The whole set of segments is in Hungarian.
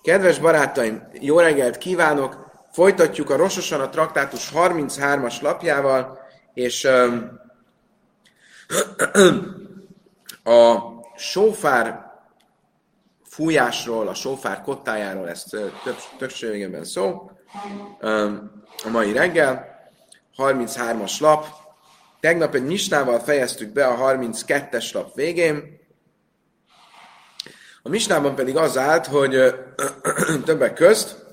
Kedves barátaim, jó reggelt kívánok! Folytatjuk a Rosh Hasana traktátus 33-as lapjával, és a sófár fújásról, a sófár kottájáról, ez többségében szó, a mai reggel, 33-as lap. Tegnap egy misnával fejeztük be a 32-es lap végén. A misnában pedig az állt, hogy többek közt,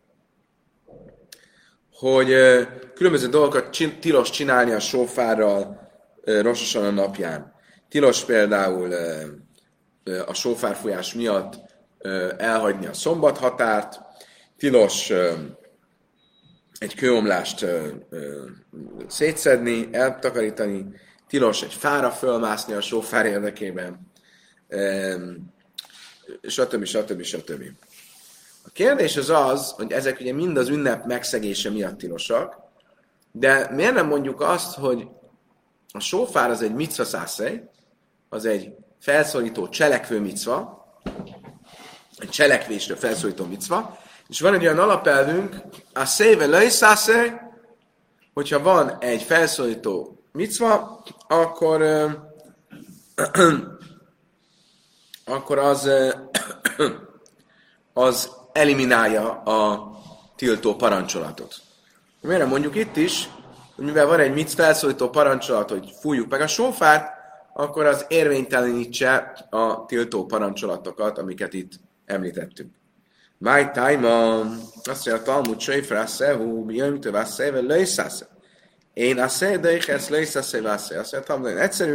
hogy különböző dolgokat tilos csinálni a sófárral Rosh Hasana napján. Tilos például a sófárfújás miatt elhagyni a szombathatárt, tilos egy kőomlást szétszedni, eltakarítani, tilos egy fára fölmászni a sófár érdekében, stb. A kérdés az, hogy ezek ugye mind az ünnep megszegése miatt tilosak, de miért nem mondjuk azt, hogy a sófár az egy micva szászej, az egy felszólító cselekvő micva, egy cselekvésre felszólító micva, és van egy olyan alapelvünk, a széve löjszászej, hogyha van egy felszólító micva, akkor az eliminálja a tiltó parancsolatot. Miért nem mondjuk itt is, hogy mivel van egy felszólító parancsolat, hogy fújjuk meg a sófárt, akkor az érvénytelenítse a tiltó parancsolatokat, amiket itt említettünk. My time azt mondja, a Talmud Sejfrászehu, bijön tövászével lejszásze. Én a szédeihez lejszásze vásze. Azt mondja, Talmud, nagyon egyszerű.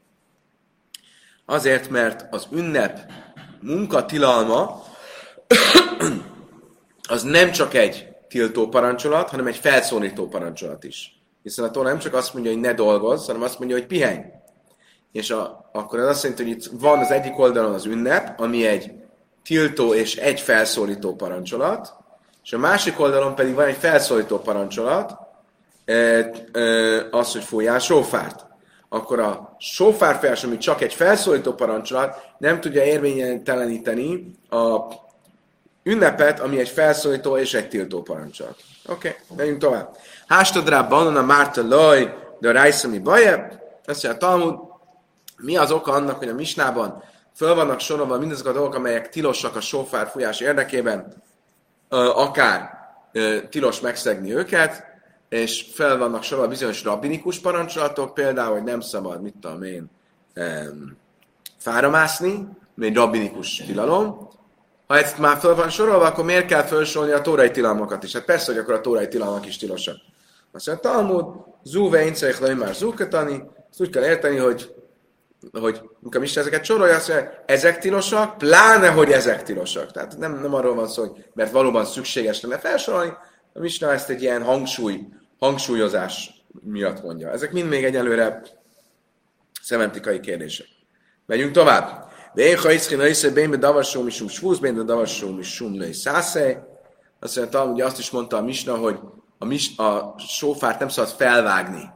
Azért, mert az ünnep munkatilalma az nem csak egy tiltó parancsolat, hanem egy felszólító parancsolat is. Hiszen a Tóra nem csak azt mondja, hogy ne dolgozz, hanem azt mondja, hogy pihenj. És akkor ez azt jelenti, hogy itt van az egyik oldalon az ünnep, ami egy tiltó és egy felszólító parancsolat, és a másik oldalon pedig van egy felszólító parancsolat, az, hogy fújjál sófárt. Akkor a sófárfújás, ami csak egy felszólító parancsolat, nem tudja érvényteleníteni a ünnepet, ami egy felszólító és egy tiltó parancsolat. Oké, menjünk tovább. Hástadrában a Márta Laj, de a Rájszami Baje, azt mondja a Talmud, mi az oka annak, hogy a misnában föl vannak sorolva mindazok a dolgok, amelyek tilosak a sófárfújás érdekében, akár tilos megszegni őket, és fel vannak sorolva bizonyos rabbinikus parancsolatok, például, hogy nem szabad, mit tudom én, fára mászni, egy rabbinikus tilalom. Ha ezt már fel van sorolva, akkor miért kell felsorolni a tórai tilalmakat is? Hát persze, hogy akkor a tórai tilalmak is tilosak. Azt mondja, Talmud, zúve inceich lai már zúkatani, ezt úgy kell érteni, hogy amikor Misna ezeket sorolja, azt mondja, ezek tilosak, pláne, hogy ezek tilosak. Tehát nem arról van szó, hogy mert valóban szükséges lenne felsorolni, a Misna ezt egy ilyen hangsúlyozás miatt mondja. Ezek mind még egyelőre szemantikai kérdések. Megyünk tovább. Azt mondja, ugye azt is mondta a Misna, hogy a sófárt nem szabad felvágni.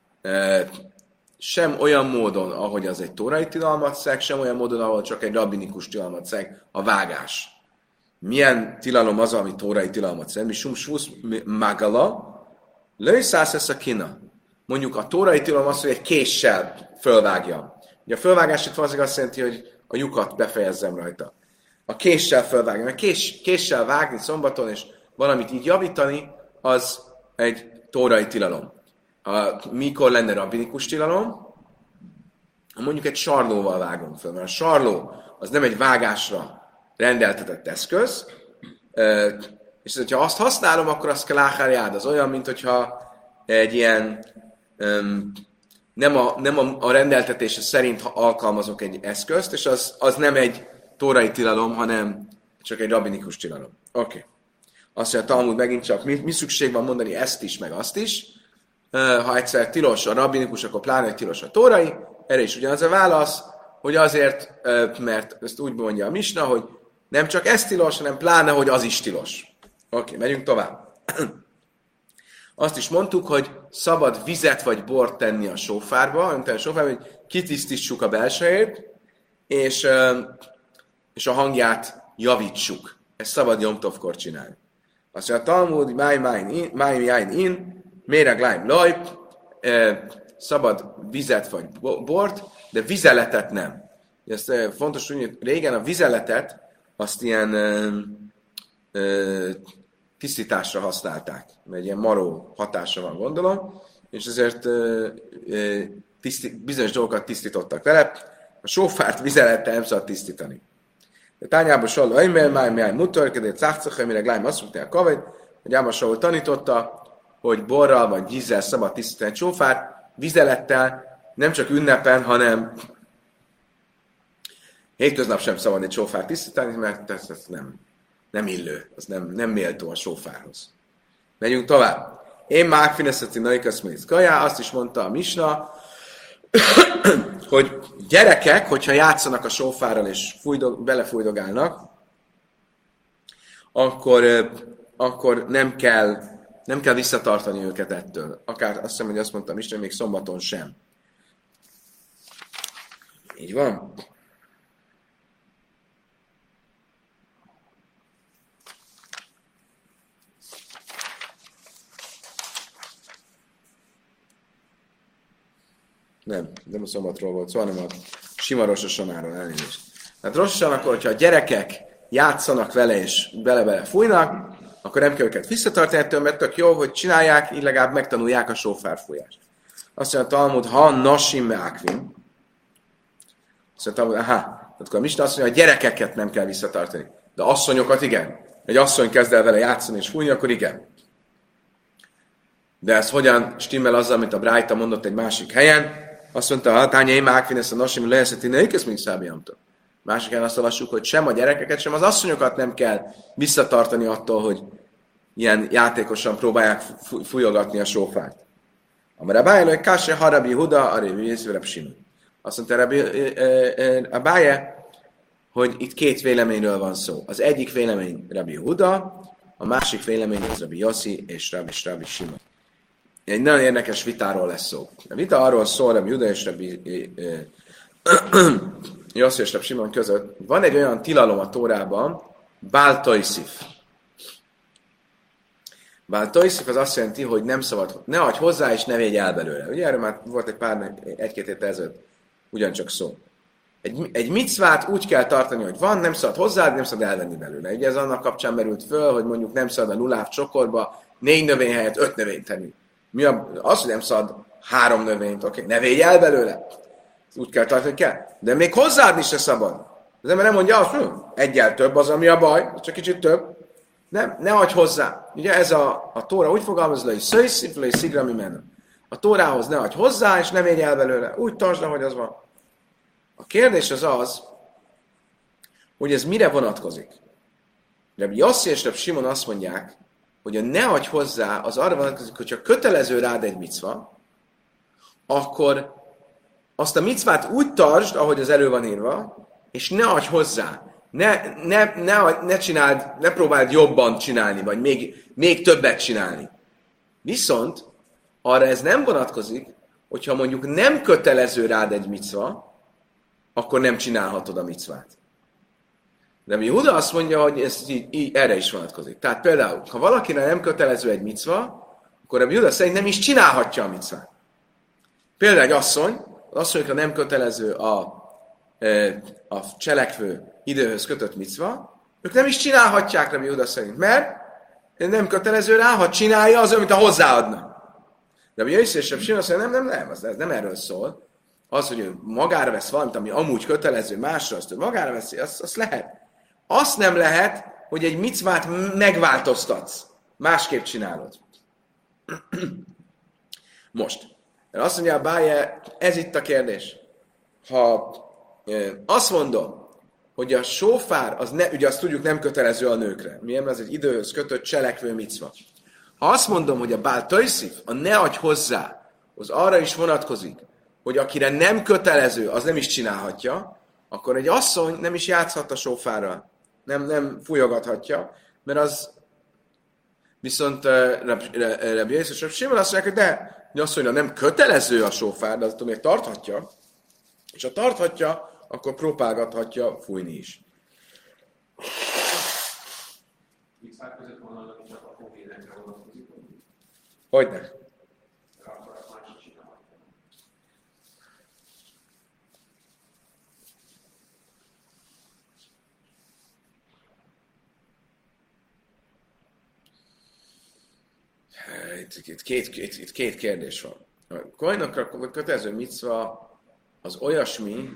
Sem olyan módon, ahogy az egy tórai tilalmat szeg, sem olyan módon, ahol csak egy rabbinikus tilalmat szeg, a vágás. Milyen tilalom az, ami tórai tilalmat szeg? Mi sumsvusz magala, lőszász ezt a kina. Mondjuk a tórai tilalom az, hogy egy késsel fölvágja. Ugye a fölvágás itt valószínűleg azt jelenti, hogy a lyukat befejezzem rajta. A késsel fölvágni. Mert késsel vágni szombaton és valamit így javítani, az egy tórai tilalom. Mikor lenne rabbinikus tilalom? Mondjuk egy sarlóval vágom föl, mert a sarló az nem egy vágásra rendeltetett eszköz, és hogyha azt használom, akkor az keláhárjád. Az olyan, mint hogyha egy ilyen nem a rendeltetése szerint alkalmazok egy eszközt, és az nem egy tórai tilalom, hanem csak egy rabbinikus tilalom. Oké. Azt mondja, a Talmud megint csak mi szükség van mondani ezt is, meg azt is. Ha egyszer tilos a rabbinikus, akkor pláne tilos a tórai. Erre is ugyanaz a válasz, hogy azért, mert ezt úgy mondja a Misna, hogy nem csak ez tilos, hanem pláne, hogy az is tilos. Oké, megyünk tovább. Azt is mondtuk, hogy szabad vizet vagy bort tenni a sófárba, hogy kitisztítsuk a belsejét, és a hangját javítsuk ezt szabad Jomtovkor csinálni. Azt mondja, a Talmud, máj jájn in, méreg lájm laj, szabad vizet vagy bort, de vizeletet nem. Ezt fontos tudni, hogy régen a vizeletet azt ilyen tisztításra használták, mert ilyen maró hatása van, gondolom, és ezért bizonyos dolgokat tisztítottak vele. A sófárt vizelettel nem szabad tisztítani. De tányában Saul Aimer, máj mutarkedett, cácachaj, mire glájm azt mondta a kaved, hogy Áma Saul tanította, hogy borral vagy vízzel szabad tisztítani sófárt, vizelettel, nem csak ünnepen, hanem hétköznap sem szabad egy sófárt tisztítani, mert ez nem illő, az nem méltó a sófárhoz. Megyünk tovább. Én mágfineszeti naikasz mész kajá, azt is mondta a Misna, hogy gyerekek, hogyha játszanak a sófárral és belefújdogálnak, akkor nem kell visszatartani őket ettől. Akár azt hiszem, hogy azt mondtam is, hogy még szombaton sem. Így van. Nem a szombatról volt szó, hanem a sima Rosh Hashanáról, elnézést. Tehát Rosh Hashanakor, hogyha a gyerekek játszanak vele és bele-bele fújnak, akkor nem kell őket visszatartani ettől, mert tök jó, hogy csinálják, így legalább megtanulják a sófárfújást. Azt mondja a Talmud, ha nasim meákvim. Azt mondja a Talmud, tehát akkor a Misna azt mondja, a gyerekeket nem kell visszatartani. De asszonyokat igen. Egy asszony kezd el vele játszani és fújni, akkor igen. De ez hogyan stimmel azzal, amit a Brájta mondott egy másik helyen? Azt mondta, ha tánya én mákvin ezt a nasim leheszeti neikesz még szábjamtól. Másik helyen azt olvassuk, hogy sem a gyerekeket, sem az asszonyokat nem kell visszatartani attól, hogy ilyen játékosan próbálják fújogatni a sófárt. Amire bájel, hogy káse harabi huda, a révi jézőrebb simon. Azt mondta a báje, hogy itt két véleményről van szó. Az egyik vélemény Rabbi Huda, a másik vélemény az Rabbi Yossi és Rabbi Simon. Egy nagyon érdekes vitáról lesz szó. A vita arról szól Rabbi Huda és Rabbi Yossi és Rabbi Simon között. Van egy olyan tilalom a Tórában, Bál Toisif. Bál Toisif az azt jelenti, hogy nem szabad, ne adj hozzá és ne védj el belőle. Ugye erről már volt egy-két héttel ezelőtt ugyancsak szó. Egy micvát úgy kell tartani, hogy van, nem szabad hozzád, nem szabad elvenni belőle. Ugye ez annak kapcsán merült föl, hogy mondjuk nem szabad a luláv csokorba 4 növény helyett 5 növényt tenni. Mi az, hogy nem szabad 3 növényt, oké, ne védj el belőle. Úgy kell tartani, hogy kell. De még hozzád is se szabad. Az ember nem mondja azt, hogy egyel több az, ami a baj, csak kicsit több. Nem, ne adj hozzá. Ugye ez a Tóra úgy fogalmaz, hogy szöjszif, hogy szigrami menő. A Tórához ne adj hozzá, és ne védj el belőle. Úgy tartsd, ahogy az van. A kérdés az, hogy ez mire vonatkozik. Rabbi Yossi és Rabbi Simon azt mondják, hogy a ne adj hozzá, az arra vonatkozik, hogyha kötelező rád egy micva, akkor azt a micvát úgy tartsd, ahogy az elő van írva, és ne adj hozzá. Ne csináld, ne próbáld jobban csinálni, vagy még többet csinálni. Viszont arra ez nem vonatkozik, hogyha mondjuk nem kötelező rád egy micva, akkor nem csinálhatod a micvát. De mi Huda azt mondja, hogy ez így erre is vonatkozik. Tehát például, ha valakire nem kötelező egy micva, akkor a Huda szerint nem is csinálhatja a micvát. Például egy asszony, az asszonyokra nem kötelező a cselekvő időhöz kötött micva, ők nem is csinálhatják Rabbi Huda szerint, mert nem kötelező rá, ha csinálja, az olyan, mint a hozzáadna. De Rabbi Yossi és Rabbi Simon azt mondja, nem, az nem erről szól. Az, hogy ő magára vesz valamit, ami amúgy kötelező, másra azt ő magára veszi, azt lehet. Azt nem lehet, hogy egy micvát megváltoztatsz. Másképp csinálod. Most. Mert azt mondja a Báje, ez itt a kérdés. Ha azt mondom, hogy a sófár, ugye azt tudjuk nem kötelező a nőkre. Milyen? Ez egy időhöz kötött cselekvő micva. Ha azt mondom, hogy a Bál Toisif, a ne adj hozzá, az arra is vonatkozik, hogy akire nem kötelező, az nem is csinálhatja, akkor egy asszony nem is játszhat a sófárral. Nem fújogathatja, mert az viszont Rabbi Yossi és Rabbi Simon azt mondják, hogy de asszonyra nem kötelező a sófár, de attól még tarthatja, és ha tarthatja, akkor próbálgathatja fújni is. mitzvák között van, ami csak a konvédekre vonatkozik. Hogyne? Akkor azt már sem csinálhatja. Itt két kérdés van. A koinokra kötelező micva az olyasmi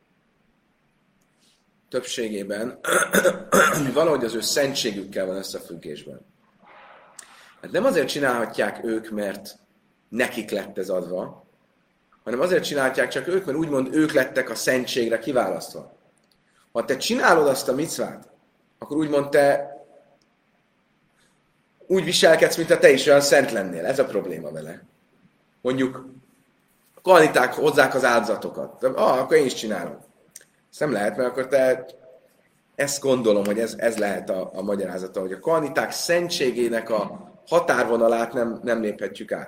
többségében, ami valahogy az ő szentségükkel van összefüggésben. Hát nem azért csinálhatják ők, mert nekik lett ez adva, hanem azért csinálhatják csak ők, mert úgymond ők lettek a szentségre kiválasztva. Ha te csinálod azt a micvát, akkor úgymond te úgy viselkedsz, mint te is olyan szent lennél. Ez a probléma vele. Mondjuk a koaniták hozzák az áldozatokat. Akkor én is csinálom. Ezt nem lehet, mert akkor te ezt gondolom, hogy ez lehet a magyarázata, hogy a koaniták szentségének a határvonalát nem léphetjük át.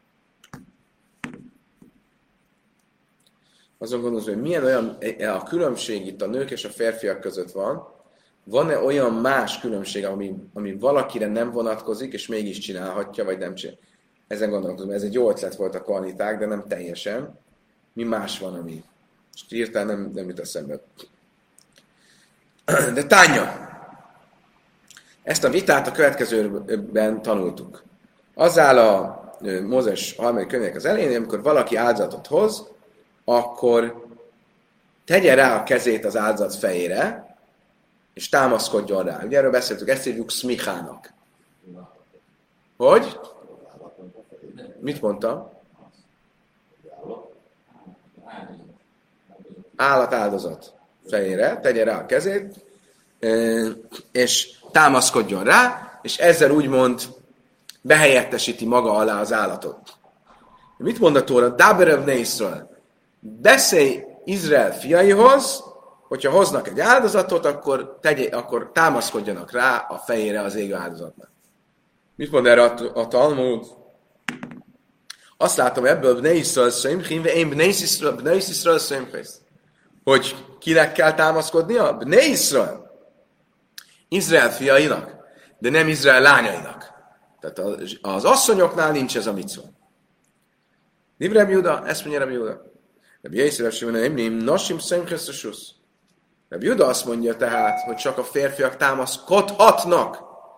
Azon gondolom, hogy milyen olyan a különbség itt a nők és a férfiak között van-e olyan más különbség, ami valakire nem vonatkozik, és mégis csinálhatja, vagy nem csinálja. Ezen gondolkozom, ez egy jó ötlet volt a koaniták, de nem teljesen. Mi más van, ami... És hirtelen nem jut eszembe. De Tánya! Ezt a vitát a következőben tanultuk. Az áll a Mózes 3. könyvének az elején, amikor valaki áldozatot hoz, akkor tegye rá a kezét az áldozat fejére, és támaszkodjon rá. Ugye erről beszéltük, ezt hívjuk szmichának. Hogy? Mit mondtam? Állatáldozat fejére, tegye rá a kezét, és támaszkodjon rá, és ezzel úgymond behelyettesíti maga alá az állatot. Mit mond a Tóra? Daberev ne Israel. Beszélj Izrael fiaihoz, hogyha hoznak egy áldozatot, akkor támaszkodjanak rá a fejére az égő áldozatnak. Mit mond erre a Talmud? Azt látom ebből, hogy kinek kell támaszkodnia? Bnei Israel. Izrael fiainak, de nem Izrael lányainak. Tehát az asszonyoknál nincs ez a micva. Divrem Júda, ezt mondja Rabbi Júda. Rabbi Jézsef sem mondja, nem nosim szemközösusz. Rabbi Júda azt mondja tehát, hogy csak a férfiak támaszkodhatnak.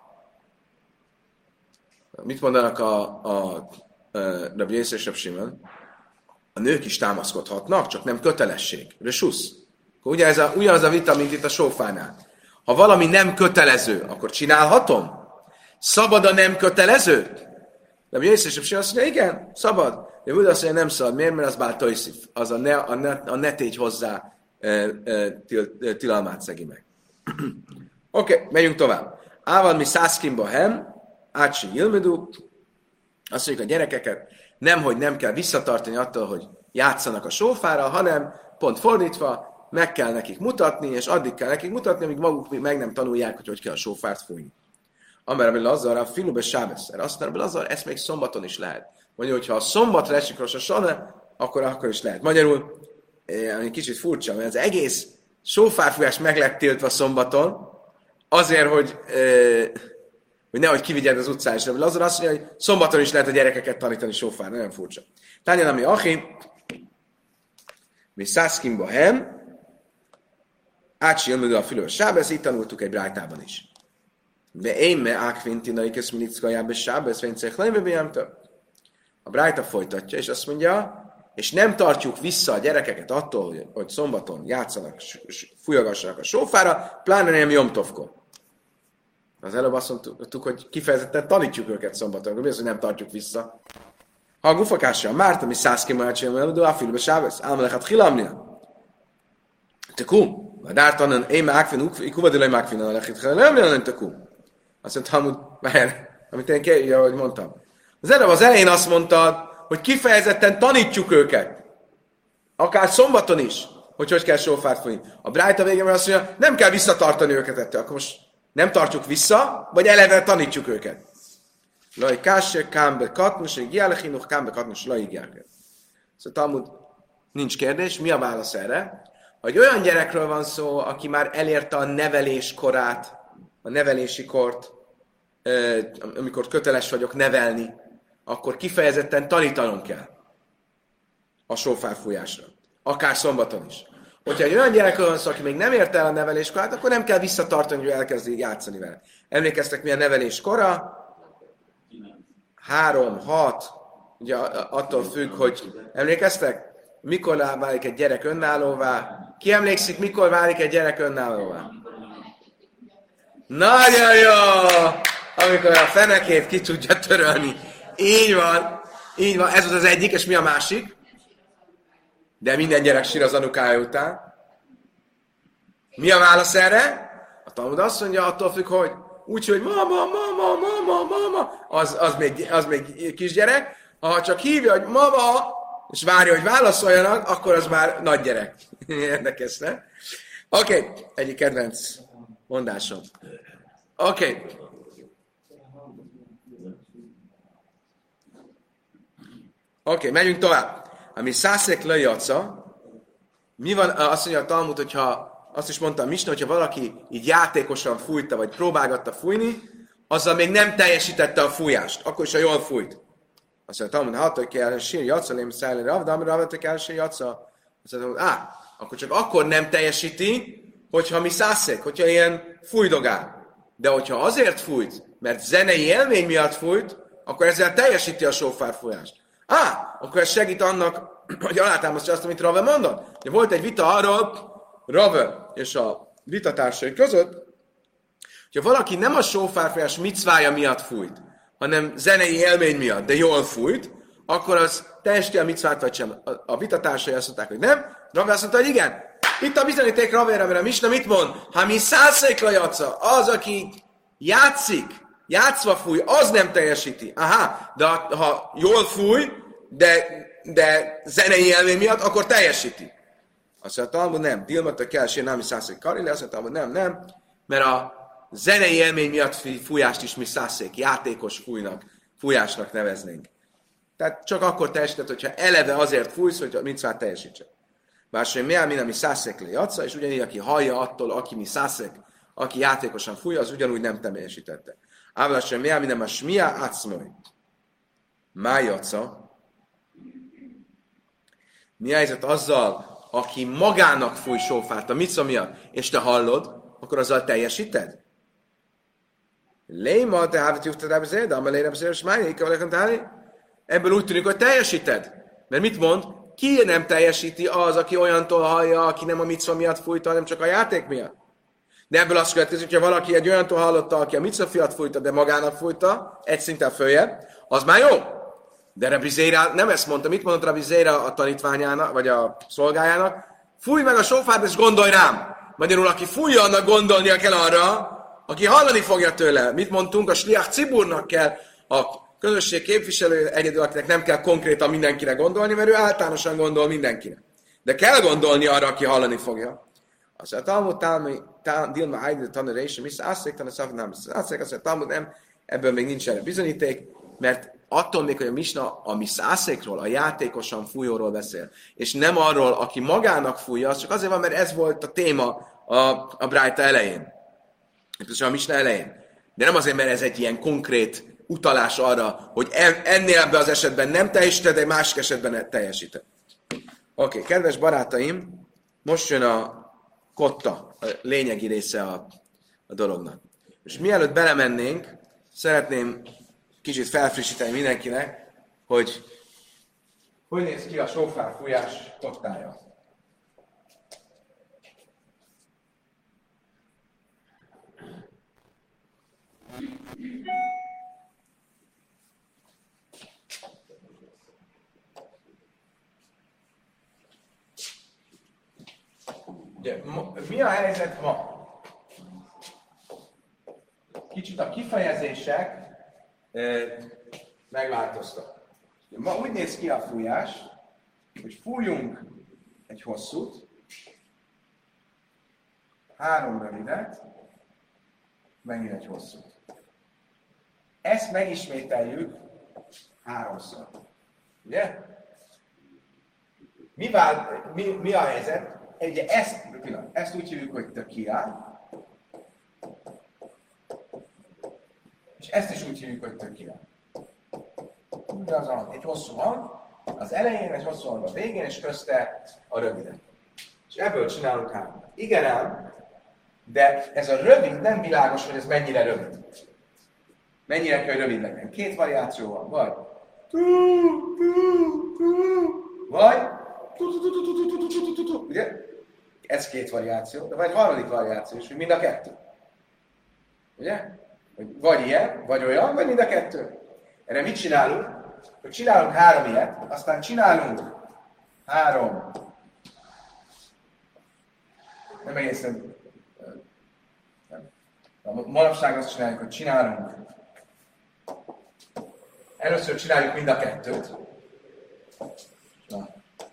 Mit mondanak a Rabbi Jézsef Simon? A nők is támaszkodhatnak, csak nem kötelesség. Resusz. Ugyanaz a vita, mint itt a sófánál. Ha valami nem kötelező, akkor csinálhatom? Szabad a nem kötelező? Rabbi Jézsef Simon azt mondja, igen, szabad. De úgy azt mondja, nem szabad. Miért? Mert az bár tojszif. Az a ne tégy hozzá tilalmát szegi meg. Oké, megyünk tovább. Ával mi szászkimba hem, átsi jilmedu. Azt mondjuk a gyerekeket nemhogy nem kell visszatartani attól, hogy játszanak a sófára, hanem pont fordítva, meg kell nekik mutatni, és addig kell nekik mutatni, amíg maguk meg nem tanulják, hogy kell a sófárt fújni. Amerre Lazar, a filube sábesz. Azt mondja, Lazar, ezt még szombaton is lehet. Mondja, hogy ha a szombatra esik Rosh Hashanah, akkor is lehet. Magyarul, ami kicsit furcsa, mert az egész sófárfújás meg lett tiltva szombaton, azért, hogy nehogy kivigyed az utcán is. Lazar azt mondja, hogy szombaton is lehet a gyerekeket tanítani sófár. Nagyon furcsa. Tányan, ami achi, mi szászkimba hem, átsi jönmögő a fülő a sábesz, itt tanultuk egy brájtában is. De én me ákvintinai köszminickajába sábesz, vénycech lejmebélyemtől. A brájta folytatja, és azt mondja, és nem tartjuk vissza a gyerekeket attól, hogy szombaton játszanak, fújogassanak a sófára, pláne nem jomtovkor. Az előbb azt mondtuk, hogy kifejezetten tanítjuk őket szombaton, akkor mi az, hogy nem tartjuk vissza? Ha a gufakással Márta, mi 100 kimácsolja, mert a fülbe sábesz, álmalechat hilamnia. Te kum, a dártanan, én már ákvin, ikuvadilai mákvin, a lechit hilamnia, nem te kum. Azt mondta, amit én kérdezik, ahogy mondtam. Az előbb az elején azt mondtad, hogy kifejezetten tanítjuk őket. Akár szombaton is, hogy kell sófárt fújni. A brájta végén azt mondja, nem kell visszatartani őket ettől. Akkor most nem tartjuk vissza, vagy eleve tanítjuk őket. Laj kásse, kámbe katnus, giálechinuch, kámbe katnus, laj giálechinuch. Szóval Talmud, nincs kérdés. Mi a válasz erre? Hogy olyan gyerekről van szó, aki már elérte a nevelés korát, a nevelési kort, amikor köteles vagyok nevelni, akkor kifejezetten tanítanom kell a sófárfújásra. Akár szombaton is. Hogyha egy olyan gyerekről van szó, aki még nem ért el a neveléskorát, akkor nem kell visszatartani, hogy elkezdi játszani vele. Emlékeztek, mi a neveléskora? 3, 6, ugye attól függ, hogy emlékeztek? Mikor válik egy gyerek önállóvá? Ki emlékszik, mikor válik egy gyerek önállóvá? Nagyon jó! Amikor a fenekét ki tudja törölni. Így van. Így van. Ez az egyik, és mi a másik? De minden gyerek sír az anukája után. Mi a válasz erre? A Talmud azt mondja, attól függ, hogy úgy, hogy mama, az még kisgyerek. Ha csak hívja, hogy mama, és várja, hogy válaszoljanak, akkor az már nagy gyerek. Érdekes, ne? Oké, egyik kedvenc mondásom. Oké, megyünk tovább. Ami szászék lejaca, mi van, azt mondja a Talmud, hogyha, azt is mondtam Misna, hogyha valaki így játékosan fújta, vagy próbálgatta fújni, azzal még nem teljesítette a fújást, akkor is, ha jól fújt. Azt mondja a Talmud, hát, kell sír jaca, lém szállni ravdam, ravdam, kell sír jaca. Azt mondja, akkor csak akkor nem teljesíti, hogyha mi szászék, hogyha ilyen fújdogál. De hogyha azért fújt, mert zenei élmény miatt fújt, akkor ezzel teljesíti a sófárfújást. Akkor ez segít annak, hogy alátámasztja azt, amit Rave mondott. De volt egy vita arról, Rave és a vitatársai között, hogyha valaki nem a sófárfújás micvája miatt fújt, hanem zenei élmény miatt, de jól fújt, akkor az teljesíti a micvát, vagy sem. A vitatársai azt mondták, hogy nem. Rave azt mondta, hogy igen. Itt a bizonyíték Ravére, mert a Misna mit mond? Ha mi szászékla jatsza, az, aki játszik, játszva fúj, az nem teljesíti. De ha jól fúj, de zenei élmény miatt, akkor teljesíti. Azt mondja, Talmud nem. Dilmata kell sér, nem mi szászék karili, azt mondja, Talmud nem. Mert a zenei élmény miatt fújást is mi szászék, játékos fújásnak neveznénk. Tehát csak akkor teljesített, hogyha eleve azért fújsz, hogy a micvát teljesítse. Bárság mi ami szászék jatsza, és ugyanígy, aki hallja attól, aki mi szászék, aki játékosan fúj, az ugyanúgy nem teljesítette. Ávlásra mi nem a smia átszmoj. Má jatsza. Mi a helyzet azzal, aki magának fúj sófárt a micva miatt, és te hallod, akkor azzal teljesíted? Léma, te hávit juttad ebbe de amelére beszél, ebből úgy tűnik, hogy teljesíted. Mert mit mond? Ki nem teljesíti az, aki olyantól hallja, aki nem a micva miatt fújta, hanem csak a játék miatt? De ebből azt következik, hogyha valaki egy olyantól hallotta, aki a micva fiat fújta, de magának fújta, egy szinten följebb, az már jó. De Rabbi Zéra nem ezt mondta. Mit mondott Rabbi Zéra a tanítványának, vagy a szolgájának? Fújj meg a sófárt, és gondolj rám! Magyarul, aki fújja, annak gondolnia kell arra, aki hallani fogja tőle. Mit mondtunk? A sliach ciburnak kell, a közösség képviselő egyedül, akinek nem kell konkrétan mindenkire gondolni, mert ő általánosan gondol mindenkire. De kell gondolni arra, aki hallani fogja. Azt mondja, Talmud, Dilma Haidő tanulása, mi szászék, Talmud nem, ebből még nincs erre bizonyíték, mert attól még, hogy a Misna a mi szászékról, a játékosan fújóról beszél, és nem arról, aki magának fújja, az csak azért van, mert ez volt a téma a Brájta elején. A Misna elején. De nem azért, mert ez egy ilyen konkrét utalás arra, hogy ennél ebben az esetben nem teljesíted, de másik esetben teljesíted. Oké, kedves barátaim, most jön a kotta, a lényegi része a dolognak. És mielőtt belemennénk, szeretném kicsit felfrissíteni mindenkinek, hogy néz ki a sófárfújás kottája. Mi a helyzet ma? Kicsit a kifejezések megváltoztak. Ma úgy néz ki a fújás, hogy fújjunk egy hosszút, 3 rövidet, megint egy hosszút. Ezt megismételjük 3-szor. Ugye? Mi a helyzet? Ugye ezt úgy hívjuk, hogy tequila. és ezt is úgy hívjuk, hogy tökira. Ugyanaz a hang, egy hosszú hang, az elején, egy hosszú hang a végén, és közte a rövidet. És ebből csinálunk hármat. Igen ám, de ez a rövid nem világos, hogy ez mennyire rövid. Mennyire kell rövid legyen. Két variáció van, vagy vagy ugye? Ez két variáció, de vagy harmadik variáció is, hogy mind a kettő. Ugye? Vagy ilyen, vagy olyan, vagy mind a kettő. Erre mit csinálunk? Hogy csinálunk három ilyet, aztán csinálunk három. Nem egészen. Manapság azt csináljuk, hogy csinálunk. Először csináljuk mind a kettőt. Na.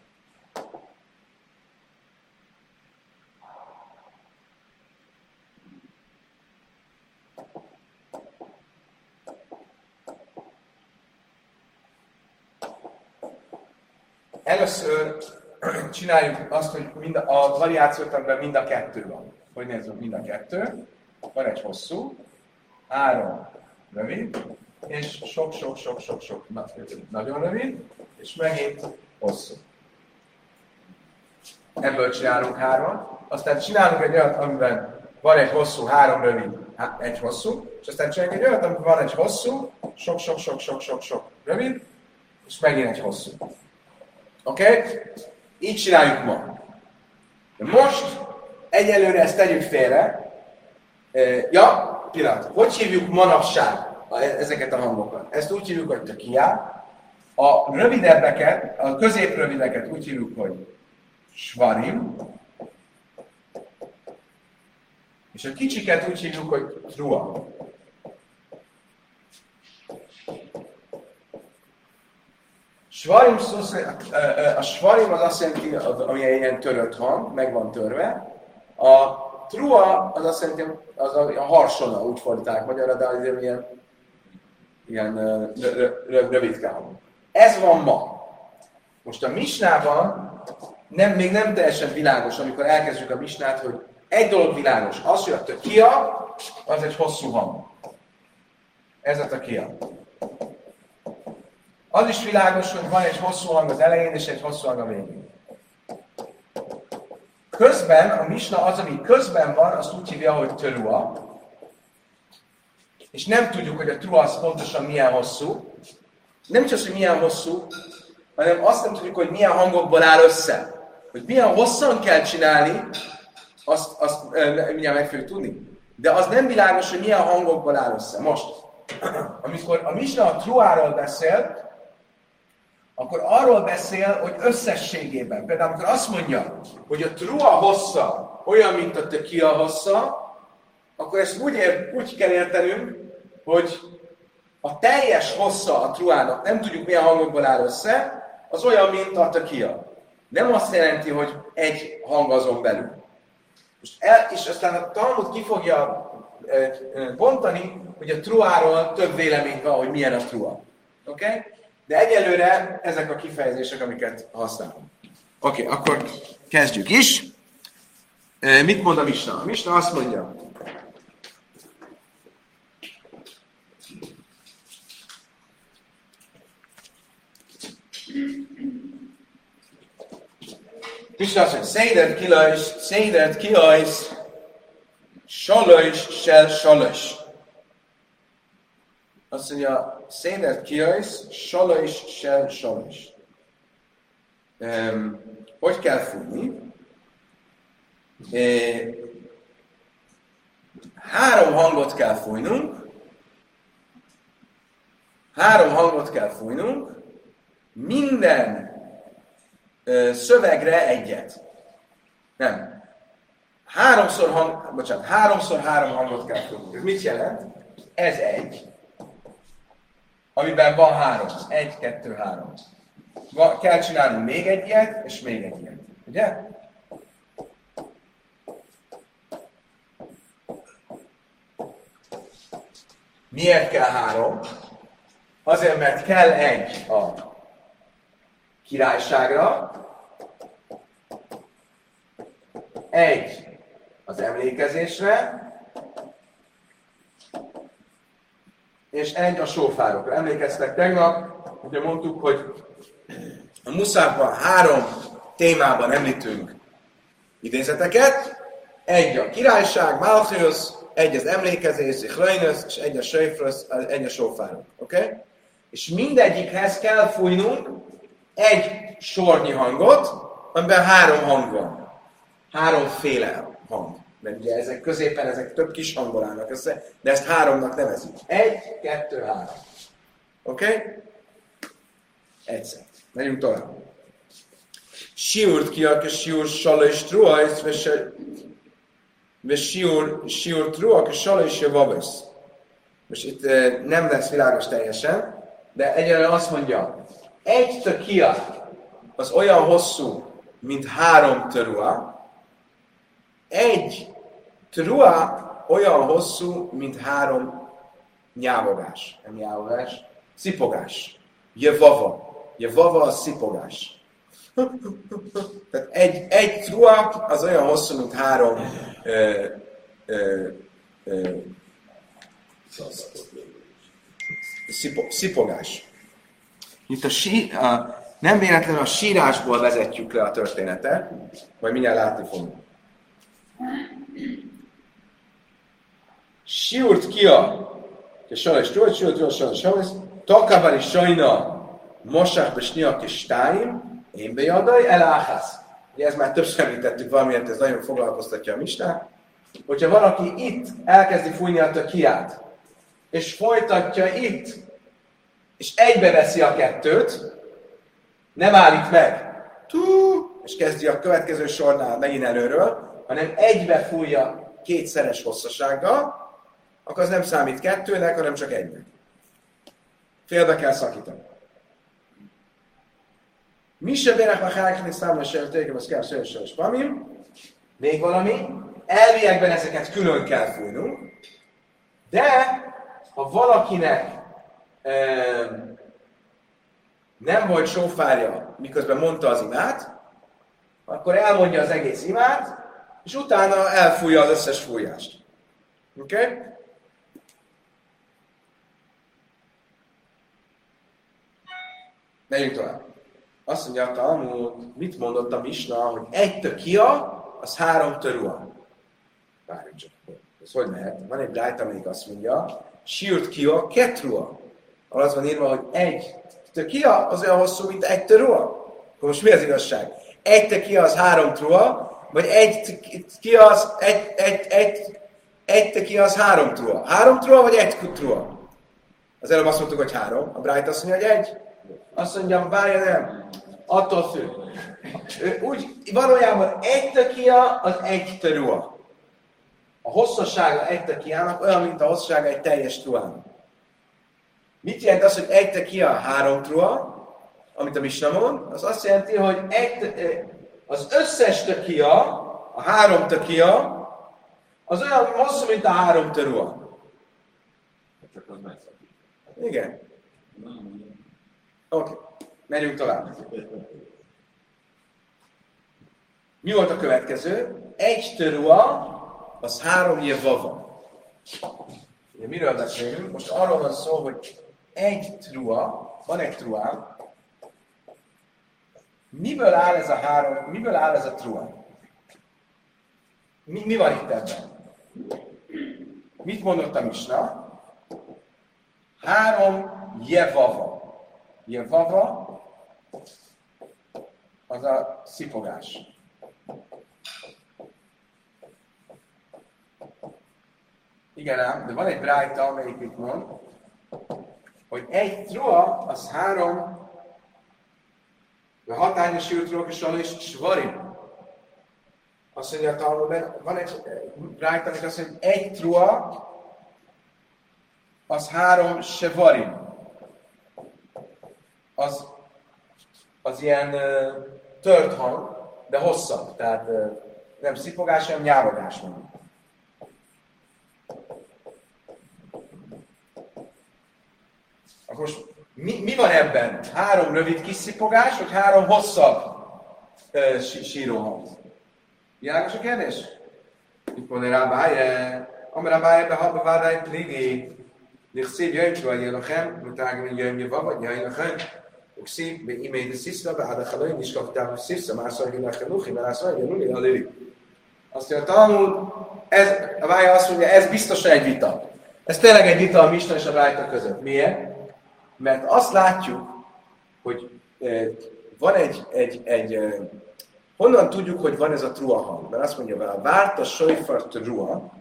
Először csináljuk azt, hogy a variációt, amiben mind a kettő van. Hogy nézzük, mind a kettő. Van egy hosszú, három rövid, és sok, nagyon rövid, és megint hosszú. Ebből csinálunk hármat. Aztán csinálunk egy olyat, amiben van egy hosszú, három rövid, egy hosszú, és aztán csinálunk egy olyat, amiben van egy hosszú, sok rövid, és megint egy hosszú. Oké? Így csináljuk ma. De most egyelőre ezt tegyük félre. Pillanat. Hogy hívjuk manapság ezeket a hangokat? Ezt úgy hívjuk, hogy tökiá. A rövidebbeket, a középrövideket úgy hívjuk, hogy svarim. És a kicsiket úgy hívjuk, hogy trua. A svarim az azt jelenti, ami egy ilyen törött hang, meg van törve. A trua az azt jelenti, az a harsona, úgy fordítják magyarra, de azért ilyen rövidke hang. Ez van ma. Most a misnában még nem teljesen világos, amikor elkezdjük a misnát, hogy egy dolog világos. Az, hogy a tökia, az egy hosszú hang. Ez a tökia. Az is világos, hogy van egy hosszú hang az elején, és egy hosszú hang a végén. Közben, a misna az, ami közben van, azt úgy hívja, hogy terua. És nem tudjuk, hogy a trua az pontosan milyen hosszú. Nem csak az, hogy milyen hosszú, hanem azt nem tudjuk, hogy milyen hangokból áll össze. Hogy milyen hosszan kell csinálni, azt mindjárt meg fogjuk tudni. De az nem világos, hogy milyen hangokból áll össze. Most, amikor a misna a truáról beszél, akkor arról beszél, hogy összességében. Például, amikor azt mondja, hogy a trua hossza olyan, mint a tekia hossza, akkor ezt úgy kell értenünk, hogy a teljes hossza a truának, nem tudjuk milyen hangokból áll össze, az olyan, mint a tekia. Nem azt jelenti, hogy egy hang azon belül. És aztán a Talmud ki fogja bontani, hogy a truáról több vélemény van, hogy milyen a trua. Okay? De egyelőre ezek a kifejezések, amiket használunk. Oké, akkor kezdjük is. Mit mond a misna? A misna azt mondja, Misna azt mondja, Szédert kilajsz, salajs, salajs. Azt mondja, Szédert kilajsz, salajs, salajs. Hogy kell fújni? Három hangot kell fújnunk. Minden szövegre egyet. Nem. Háromszor három hangot kell fújnunk. Ez mit jelent? Ez egy. Amiben van három. 1, 2, 3. Kell csinálni még egy ilyet, és még egy ilyet. Ugye? Miért kell három? Azért, mert kell egy a királyságra, egy az emlékezésre, és egy a sófárokra. Emlékeztek tegnap, ugye mondtuk, hogy a muszárban 3 témában említünk idézeteket, egy a királyság, Malchus, egy az emlékezés, Zichleinus, és egy a Seifrus, egy a sófárok. Okay? És mindegyikhez kell fújnunk egy sornyi hangot, amiben 3 hang van. 3 féle hang. Mert ugye ezek középen, ezek több kis hangból állnak össze, de ezt 3-nak nevezik. 1, 2, 3. Oké? Okay? Egyszer. Megyünk tovább. Siúrt kiak, és siúr sala és truajsz, és siúr truak, és sala és javavész. Most itt nem lesz világos teljesen, de egyelőre azt mondja, egy tökia az olyan hosszú, mint 3 terua, egy terua olyan hosszú, mint 3 nyávogás. Nem nyávogás, szipogás. Jevava. Jevava a szipogás. Tehát egy trua az olyan hosszú, mint 3 szipogás. Itt nem véletlenül a sírásból vezetjük le a történetet, majd mindjárt látni fogunk. Siúrt kia, és sajnos trua, sajnos, takavali sajna, Mosach besniak és stáim, én bejadaj, eláhász. Ugye ez már többször említettük valamiért, ez nagyon foglalkoztatja a misnát. Hogyha valaki itt elkezdi fújni a tökiát, és folytatja itt, és egybeveszi a 2-t, nem állít meg, és kezdi a következő sornál megint előről, hanem egybe fújja 2-szeres hosszasággal, akkor az nem számít 2-nek, hanem csak 1-nek. Félbe kell szakítani. Mi se bérek a hákni számla sem tégem, az kell sajnos pamim. Még valami, elviekben ezeket külön kell fújnunk, de ha valakinek nem volt sófárja, miközben mondta az imát, akkor elmondja az egész imát, és utána elfújja az összes fújást. Oké? Okay? Megyünk tovább. Azt mondja a Talmud, mit mondott a Misna, hogy egy tökia, az 3 terua. Várjunk csak, ez hogy lehet? Van egy brájta, amelyik azt mondja, siúrt kia, ketrua. Ahol az van írva, hogy egy tökia az olyan hosszú, mint egy terua. Akkor most mi az igazság? Egy tökia az 3 trua, vagy egy tökia az egy tökia az 3 trua. 3 trua, vagy 1 trua? Az előbb azt mondtuk, hogy 3. A brájta azt mondja, hogy 1. Azt mondja, várja nem. Attól függ. Úgy, valójában egy tökia az 1 terua. A hosszassága egy tökiának olyan, mint a hosszassága egy teljes truának. Mit jelent az, hogy egy tökia 3 trua, amit a Misna mond? Az azt jelenti, hogy az összes tökia, a 3 tökia, az olyan hosszú, mint a 3 terua. Igen. Oké. Menjünk tovább. Mi volt a következő? Egy terua, az 3 jevava. Ugye miről beszélünk? Most arról van szó, hogy egy trua, van egy truám. Miből áll ez a 3, miből áll ez a trua? Mi van itt ebben? Mit mondott a Misna? 3 jevava. Jevava az a szipogás. Igen ám, de van egy brájta, amelyik itt mond, hogy egy trua az 3 a hatányos írtrók és alá és svarim. Azt mondja a Talmudban, van egy brájta, amelyik azt mondja, hogy egy trua az 3 sevarim. Az ilyen tört hang, de hosszabb. Tehát nem szipogás, hanem nyávogás mondjuk. Akkor most mi van ebben? 3 rövid kis szipogás, vagy 3 hosszabb síróhang? Világos a kérdés? Mit mondja Rábáje? Amire Rábáje behabba várdáj pligi. Szép jöjjön, vagy jöjjön, mint ágni jöjjön, vagy jöjjön, szép, iméd sziszra, beállakhalói, is kaptál, sziszra, már szóval jöjjön, nuhi, mert azt mondja, nuhi, a lili. Azt mondja, a Talmud, a Vája azt mondja, ez biztosan egy vita. Ez tényleg egy vita a Misna és a Brájta között. Miért? Mert azt látjuk, hogy van honnan tudjuk, hogy van ez a trua hang? Mert azt mondja, hogy a várt a sojfar trua,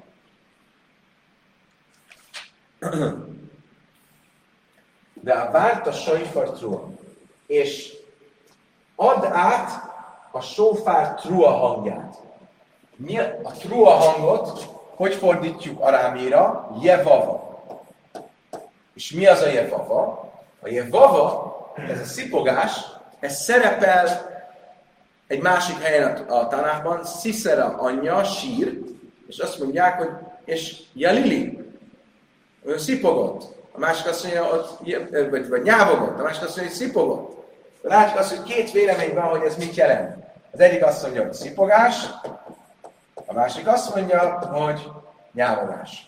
de a várt a sojfar trua, és add át a sofár trua hangját. Mi a trua hangot, hogy fordítjuk arámira? Jevava. És mi az a jevava? A jevava, ez a szipogás, ez szerepel egy másik helyen a Tanákban, Sziszera anyja sír, és azt mondják, hogy és Jalili, ő szipogott. A másik azt mondja, vagy nyávogott, a másik azt mondja, hogy szipogott. Látjuk azt, hogy két vélemény van, hogy ez mit jelent. Az egyik azt mondja, hogy szipogás, a másik azt mondja, hogy nyávogás.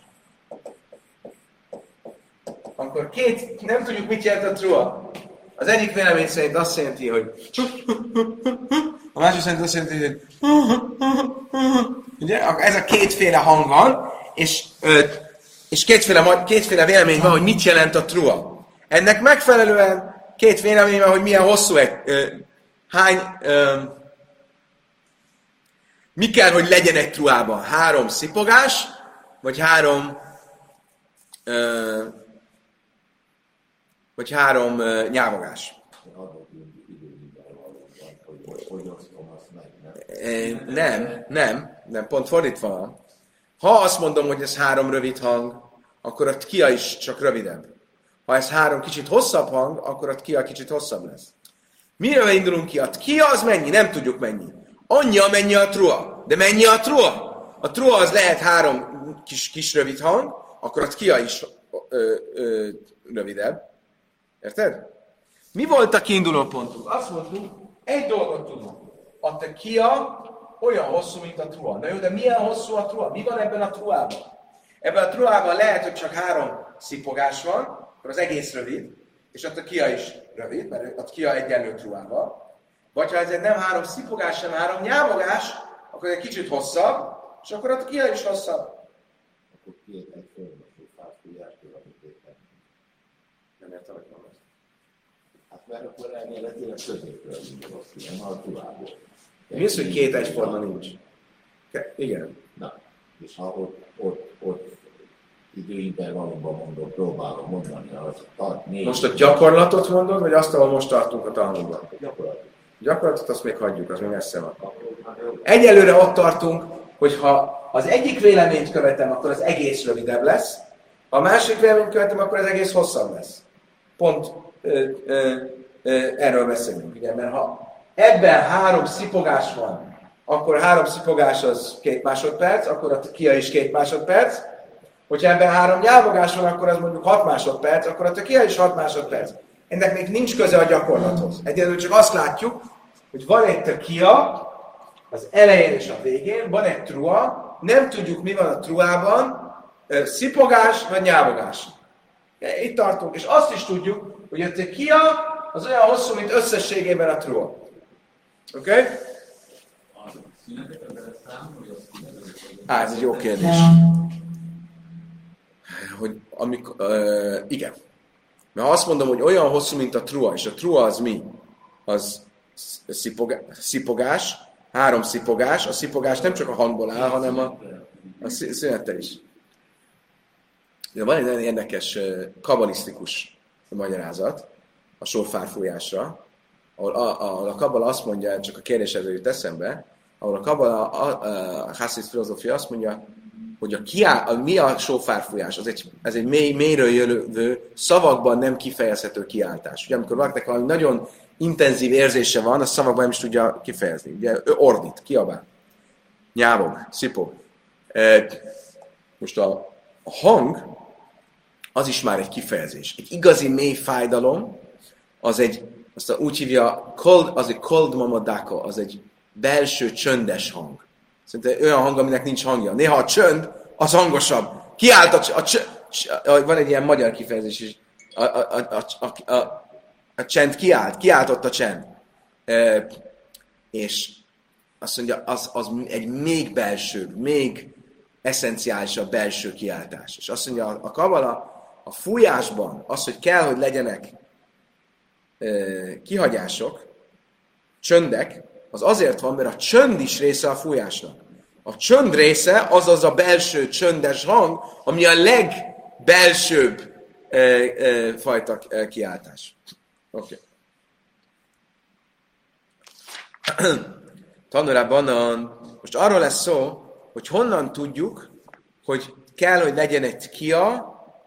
Akkor nem tudjuk, mit jelent a trua. Az egyik vélemény szerint azt jelenti, hogy a másik szerint azt jelenti, hogy ugye? Ez a kétféle hang van, és kétféle vélemény van, hogy mit jelent a trua. Ennek megfelelően két vélemény van, hogy milyen hosszú mi kell, hogy legyen egy truában? 3 szipogás, vagy 3 nyávogás. Nem, pont fordítva van. Ha azt mondom, hogy ez 3 rövid hang, akkor a tkia is csak rövidebb. Ha ez 3 kicsit hosszabb hang, akkor a tkia kicsit hosszabb lesz. Mire indulunk ki? A tkia az mennyi? Nem tudjuk mennyi. Annyi, amennyi a trua. De mennyi a trua? A trua az lehet 3 kis rövid hang, akkor a tkia is rövidebb. Érted? Mi volt a kiinduló pontunk? Azt mondtuk, egy dolgot tudunk. A tekia olyan hosszú, mint a trua. Na jó, de milyen hosszú a trua? Mi van ebben a truában? Ebben a truában lehet, hogy csak 3 szipogás van, akkor az egész rövid, és a tekia is rövid, mert a tekia egyenlő truával. Vagy ha ez nem 3 szipogás, hanem 3 nyávogás, akkor egy kicsit hosszabb, és akkor a tekia is hosszabb. Akkor két egy fölmosó fázfújástól, amit éppen. Nem értem, hogy van ez. Hát mert akkor elméletileg középről indulok ki, nem a truából. Mi az, hogy 2 egyforma nincs? Igen. Na, és ha ott időintervallumban mondom, próbálom mondani, az tart 4. Most a gyakorlatot mondod, vagy azt, ahol most tartunk a Talmudban? Gyakorlatot. Gyakorlatot azt még hagyjuk, az még messze van. Egyelőre ott tartunk, hogy ha az egyik véleményt követem, akkor az egész rövidebb lesz, ha a másik véleményt követem, akkor az egész hosszabb lesz. Pont erről beszélünk, ugye? Mert ha ebben 3 szipogás van, akkor 3 szipogás az 2 másodperc, akkor a tekia is 2 másodperc. Hogyha ebben 3 nyávogás van, akkor az mondjuk 6 másodperc, akkor a tekia is 6 másodperc. Ennek még nincs köze a gyakorlathoz. Egyelőre csak azt látjuk, hogy van egy tekia az elején és a végén, van egy trua, nem tudjuk, mi van a truában, szipogás vagy nyávogás. Itt tartunk, és azt is tudjuk, hogy a tekia az olyan hosszú, mint összességében a trua. Oké? Okay? Ez egy jó kérdés. Hogy igen. Mert ha azt mondom, hogy olyan hosszú, mint a trua, és a trua az mi? Az szipogás, 3 szipogás. A szipogás nem csak a hangból áll, hanem a szünettel is. De van egy nagyon érdekes kabalisztikus magyarázat a sófárfújásra, ahol a kabala azt mondja, csak a kérdésező jut eszembe, ahol a kabala, a hasszid filozófia azt mondja, hogy mi a sófárfújás? Ez egy mélyről jövő, szavakban nem kifejezhető kiáltás. Ugye, amikor valakinek valami nagyon intenzív érzése van, a szavakban nem is tudja kifejezni. Ugye, ő ordít, kiabál, nyávog, szipog. Most a hang, az is már egy kifejezés. Egy igazi mély fájdalom, azt úgy hívja, az egy cold mamadaka, az egy belső csöndes hang. Szerintem olyan hang, aminek nincs hangja. Néha a csönd, az hangosabb. Kiált van egy ilyen magyar kifejezés is, a csend kiáltott a csend. És azt mondja, az egy még belsőbb, még eszenciálisabb belső kiáltás. És azt mondja, a kabala a fújásban, az, hogy kell, hogy legyenek kihagyások, csöndek, az azért van, mert a csönd is része a fújásnak. A csönd része az a belső csöndes hang, ami a legbelsőbb fajta kiáltás. Oké. Tanulában most arról lesz szó, hogy honnan tudjuk, hogy kell, hogy legyen egy kia,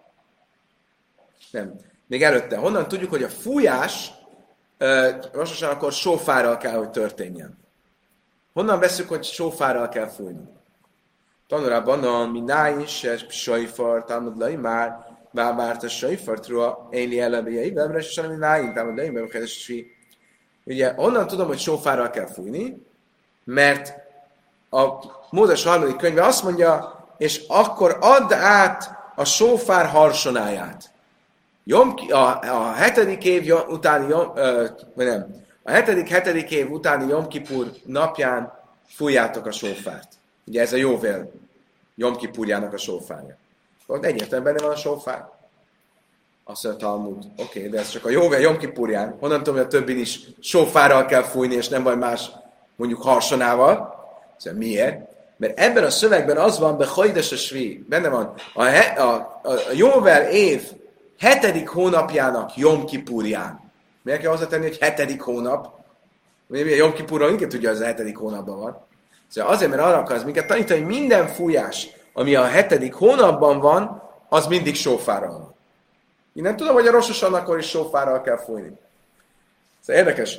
nem, még előtte, honnan tudjuk, hogy a fújás rososan akkor sófárral kell, hogy történjen. Honnan veszük, hogy sófárral kell fújni? Tanulában a mináin se sajfar támadlai már várt a sajfartról éli elebéjei, velbre és a mináin támadlai, mert ugye honnan tudom, hogy sófárral kell fújni? Mert a Mózes 3. könyve azt mondja, és akkor add át a sófár harsonáját. A 7. év utáni, a 7. év utáni Jom Kipur napján fújjátok a sófárt. Ugye ez a jóvél Jom Kipurjának a sófárja. Ott egyértelműen benne van a sófár. Azt mondja Talmud, oké, de ez csak a jóvél Jom Kipurján. Honnan tudom, hogy a többin is sófárral kell fújni, és nem vagy más, mondjuk harsonával. Szóval miért? Mert ebben a szövegben az van, behajdes a svi, benne van, a jóvél év 7. hónapjának Jom Kipurján. Miért kell hozzátenni, hogy 7. hónap? A Jom Kipurról minket tudja, hogy az a 7. hónapban van. Szóval azért, mert arra akarsz minket tanítani, hogy minden fújás, ami a 7. hónapban van, az mindig sófárral van. Én nem tudom, hogy a Rosh Hashanakor is sófárral kell fújni. Szóval érdekes.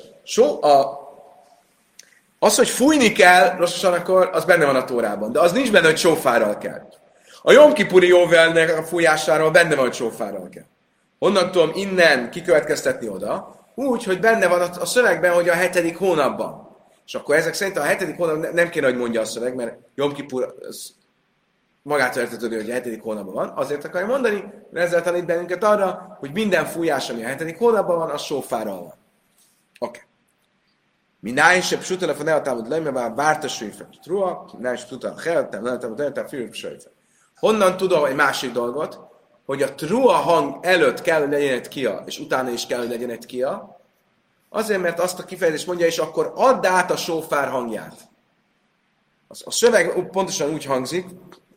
Az, hogy fújni kell Rosh Hashanakor, az benne van a Tórában, de az nincs benne, hogy sófárral kell. A Jom Kipuri jóvelnek a fújásáról benne van, hogy sófárral kell. Honnan tudom innen kikövetkeztetni oda? Úgy, hogy benne van a szövegben, hogy a 7. hónapban. És akkor ezek szerint a 7. hónap nem kéne, hogy mondja a szöveg, mert Jom Kipur magától értetődő, hogy a 7. hónapban van. Azért akarja mondani, mert ezzel tanít bennünket arra, hogy minden fújás, ami a 7. hónapban van, az sófárral van. Oké. Minájn se psuta lefon eltámad le, mert bárta sőfet trua, minájn se psuta eltámad le, honnan tudom egy másik dolgot, hogy a trua hang előtt kell, hogy legyen egy kia, és utána is kell, hogy legyen egy kia, azért, mert azt a kifejezést mondja, és akkor add át a sófár hangját. A szöveg pontosan úgy hangzik,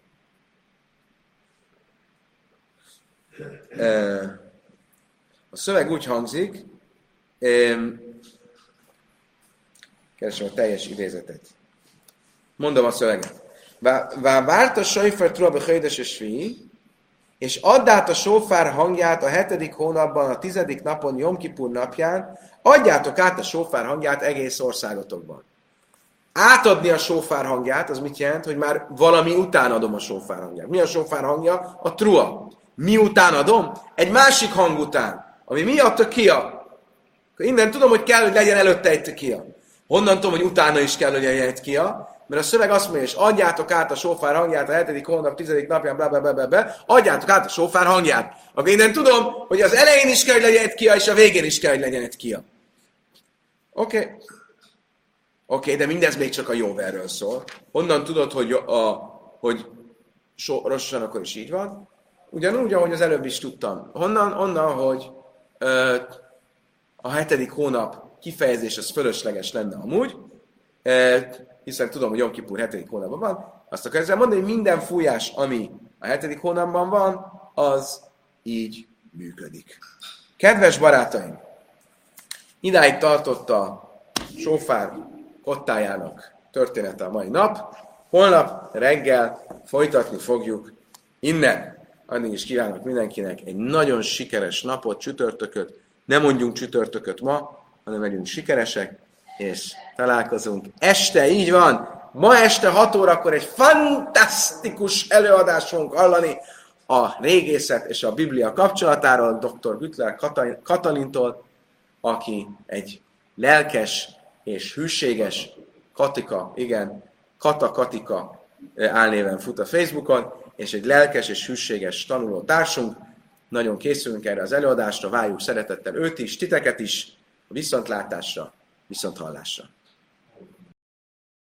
keresem a teljes idézetet. Mondom a szöveget. Várt a sajfár trua behajdes és svi, és add át a sófár hangját a 7. hónapban, a 10. napon, Jom Kipur napján, adjátok át a sófár hangját egész országotokban. Átadni a sófár hangját, az mit jelent? Hogy már valami után adom a sófár hangját. Mi a sófár hangja? A trua. Mi után adom? Egy másik hang után. Ami miatt a kia. Innen tudom, hogy kell, hogy legyen előtte egy kia. Honnan tudom, hogy utána is kell, hogy legyen egy kia? Mert a szöveg azt mondja, és adjátok át a sófár hangját a 7. hónap 10. napján, blablabla, adjátok át a sófár hangját. Akkor innen tudom, hogy az elején is kell, hogy legyen egy kia, és a végén is kell, hogy legyen egy kia. Oké, de mindez még csak a jóverről szól. Honnan tudod, hogy Rosh Hashanakor is így van? Ugyanúgy, ahogy az előbb is tudtam. Onnan, hogy a 7. hónap kifejezés az fölösleges lenne amúgy, hiszen tudom, hogy Jom Kipur 7. hónapban van, azt akarja ezzel mondani, hogy minden fújás, ami a 7. hónapban van, az így működik. Kedves barátaim, idáig tartott a sófár kottájának története a mai nap. Holnap reggel folytatni fogjuk innen. Addig is kívánok mindenkinek egy nagyon sikeres napot, csütörtököt. Ne mondjunk csütörtököt ma, hanem legyünk sikeresek, és találkozunk este, így van. Ma este 6 órakor egy fantasztikus előadást fogunk hallani a régészet és a Biblia kapcsolatáról, dr. Güttler Katalintól, aki egy lelkes és hűséges Katika álnéven fut a Facebookon, és egy lelkes és hűséges tanuló társunk. Nagyon készülünk erre az előadásra, várjuk szeretettel őt is, titeket is, a viszontlátásra, viszonthallásra.